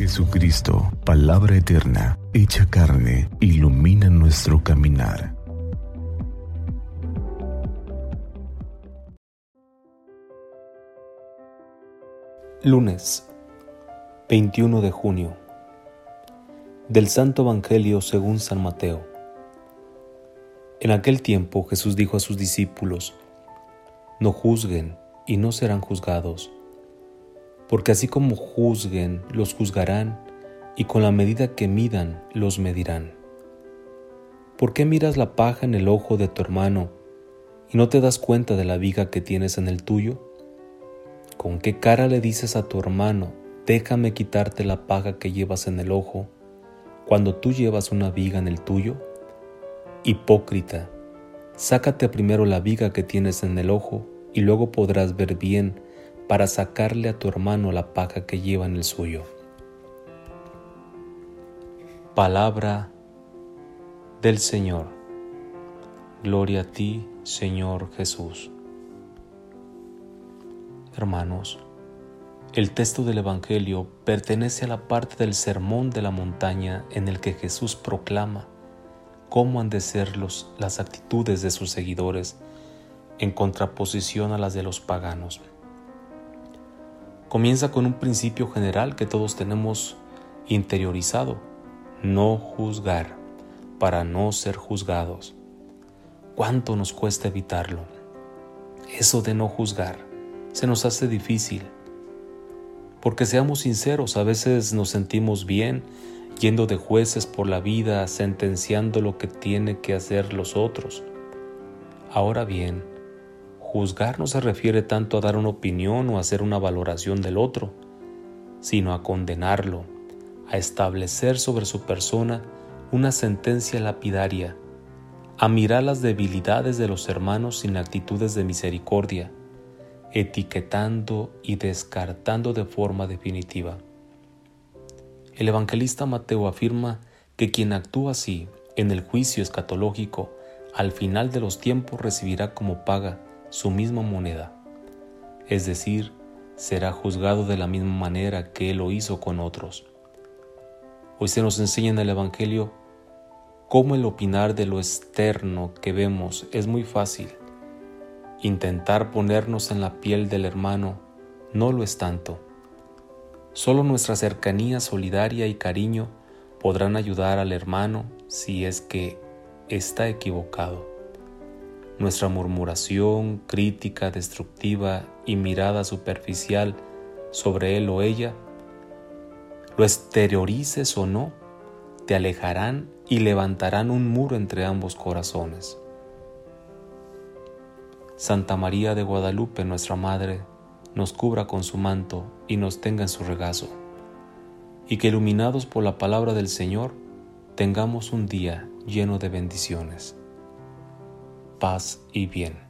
Jesucristo, palabra eterna, hecha carne, ilumina nuestro caminar. Lunes, 21 de junio. Del Santo Evangelio según San Mateo. En aquel tiempo Jesús dijo a sus discípulos: No juzguen y no serán juzgados, porque así como juzguen, los juzgarán, y con la medida que midan, los medirán. ¿Por qué miras la paja en el ojo de tu hermano y no te das cuenta de la viga que tienes en el tuyo? ¿Con qué cara le dices a tu hermano: déjame quitarte la paja que llevas en el ojo, cuando tú llevas una viga en el tuyo? Hipócrita, sácate primero la viga que tienes en el ojo, y luego podrás ver bien para sacarle a tu hermano la paja que lleva en el suyo. Palabra del Señor. Gloria a ti, Señor Jesús. Hermanos, el texto del Evangelio pertenece a la parte del Sermón de la Montaña en el que Jesús proclama cómo han de ser las actitudes de sus seguidores en contraposición a las de los paganos. Comienza con un principio general que todos tenemos interiorizado: no juzgar, para no ser juzgados. ¿Cuánto nos cuesta evitarlo? Eso de no juzgar se nos hace difícil, porque seamos sinceros, a veces nos sentimos bien yendo de jueces por la vida, sentenciando lo que tienen que hacer los otros. Ahora bien, juzgar no se refiere tanto a dar una opinión o a hacer una valoración del otro, sino a condenarlo, a establecer sobre su persona una sentencia lapidaria, a mirar las debilidades de los hermanos sin actitudes de misericordia, etiquetando y descartando de forma definitiva. El evangelista Mateo afirma que quien actúa así en el juicio escatológico al final de los tiempos recibirá como paga su misma moneda, es decir, será juzgado de la misma manera que él lo hizo con otros. Hoy se nos enseña en el Evangelio cómo el opinar de lo externo que vemos es muy fácil. Intentar ponernos en la piel del hermano no lo es tanto. Solo nuestra cercanía solidaria y cariño podrán ayudar al hermano si es que está equivocado. Nuestra murmuración, crítica destructiva y mirada superficial sobre él o ella, lo exteriorices o no, te alejarán y levantarán un muro entre ambos corazones. Santa María de Guadalupe, nuestra Madre, nos cubra con su manto y nos tenga en su regazo, y que iluminados por la palabra del Señor, tengamos un día lleno de bendiciones. Paz y bien.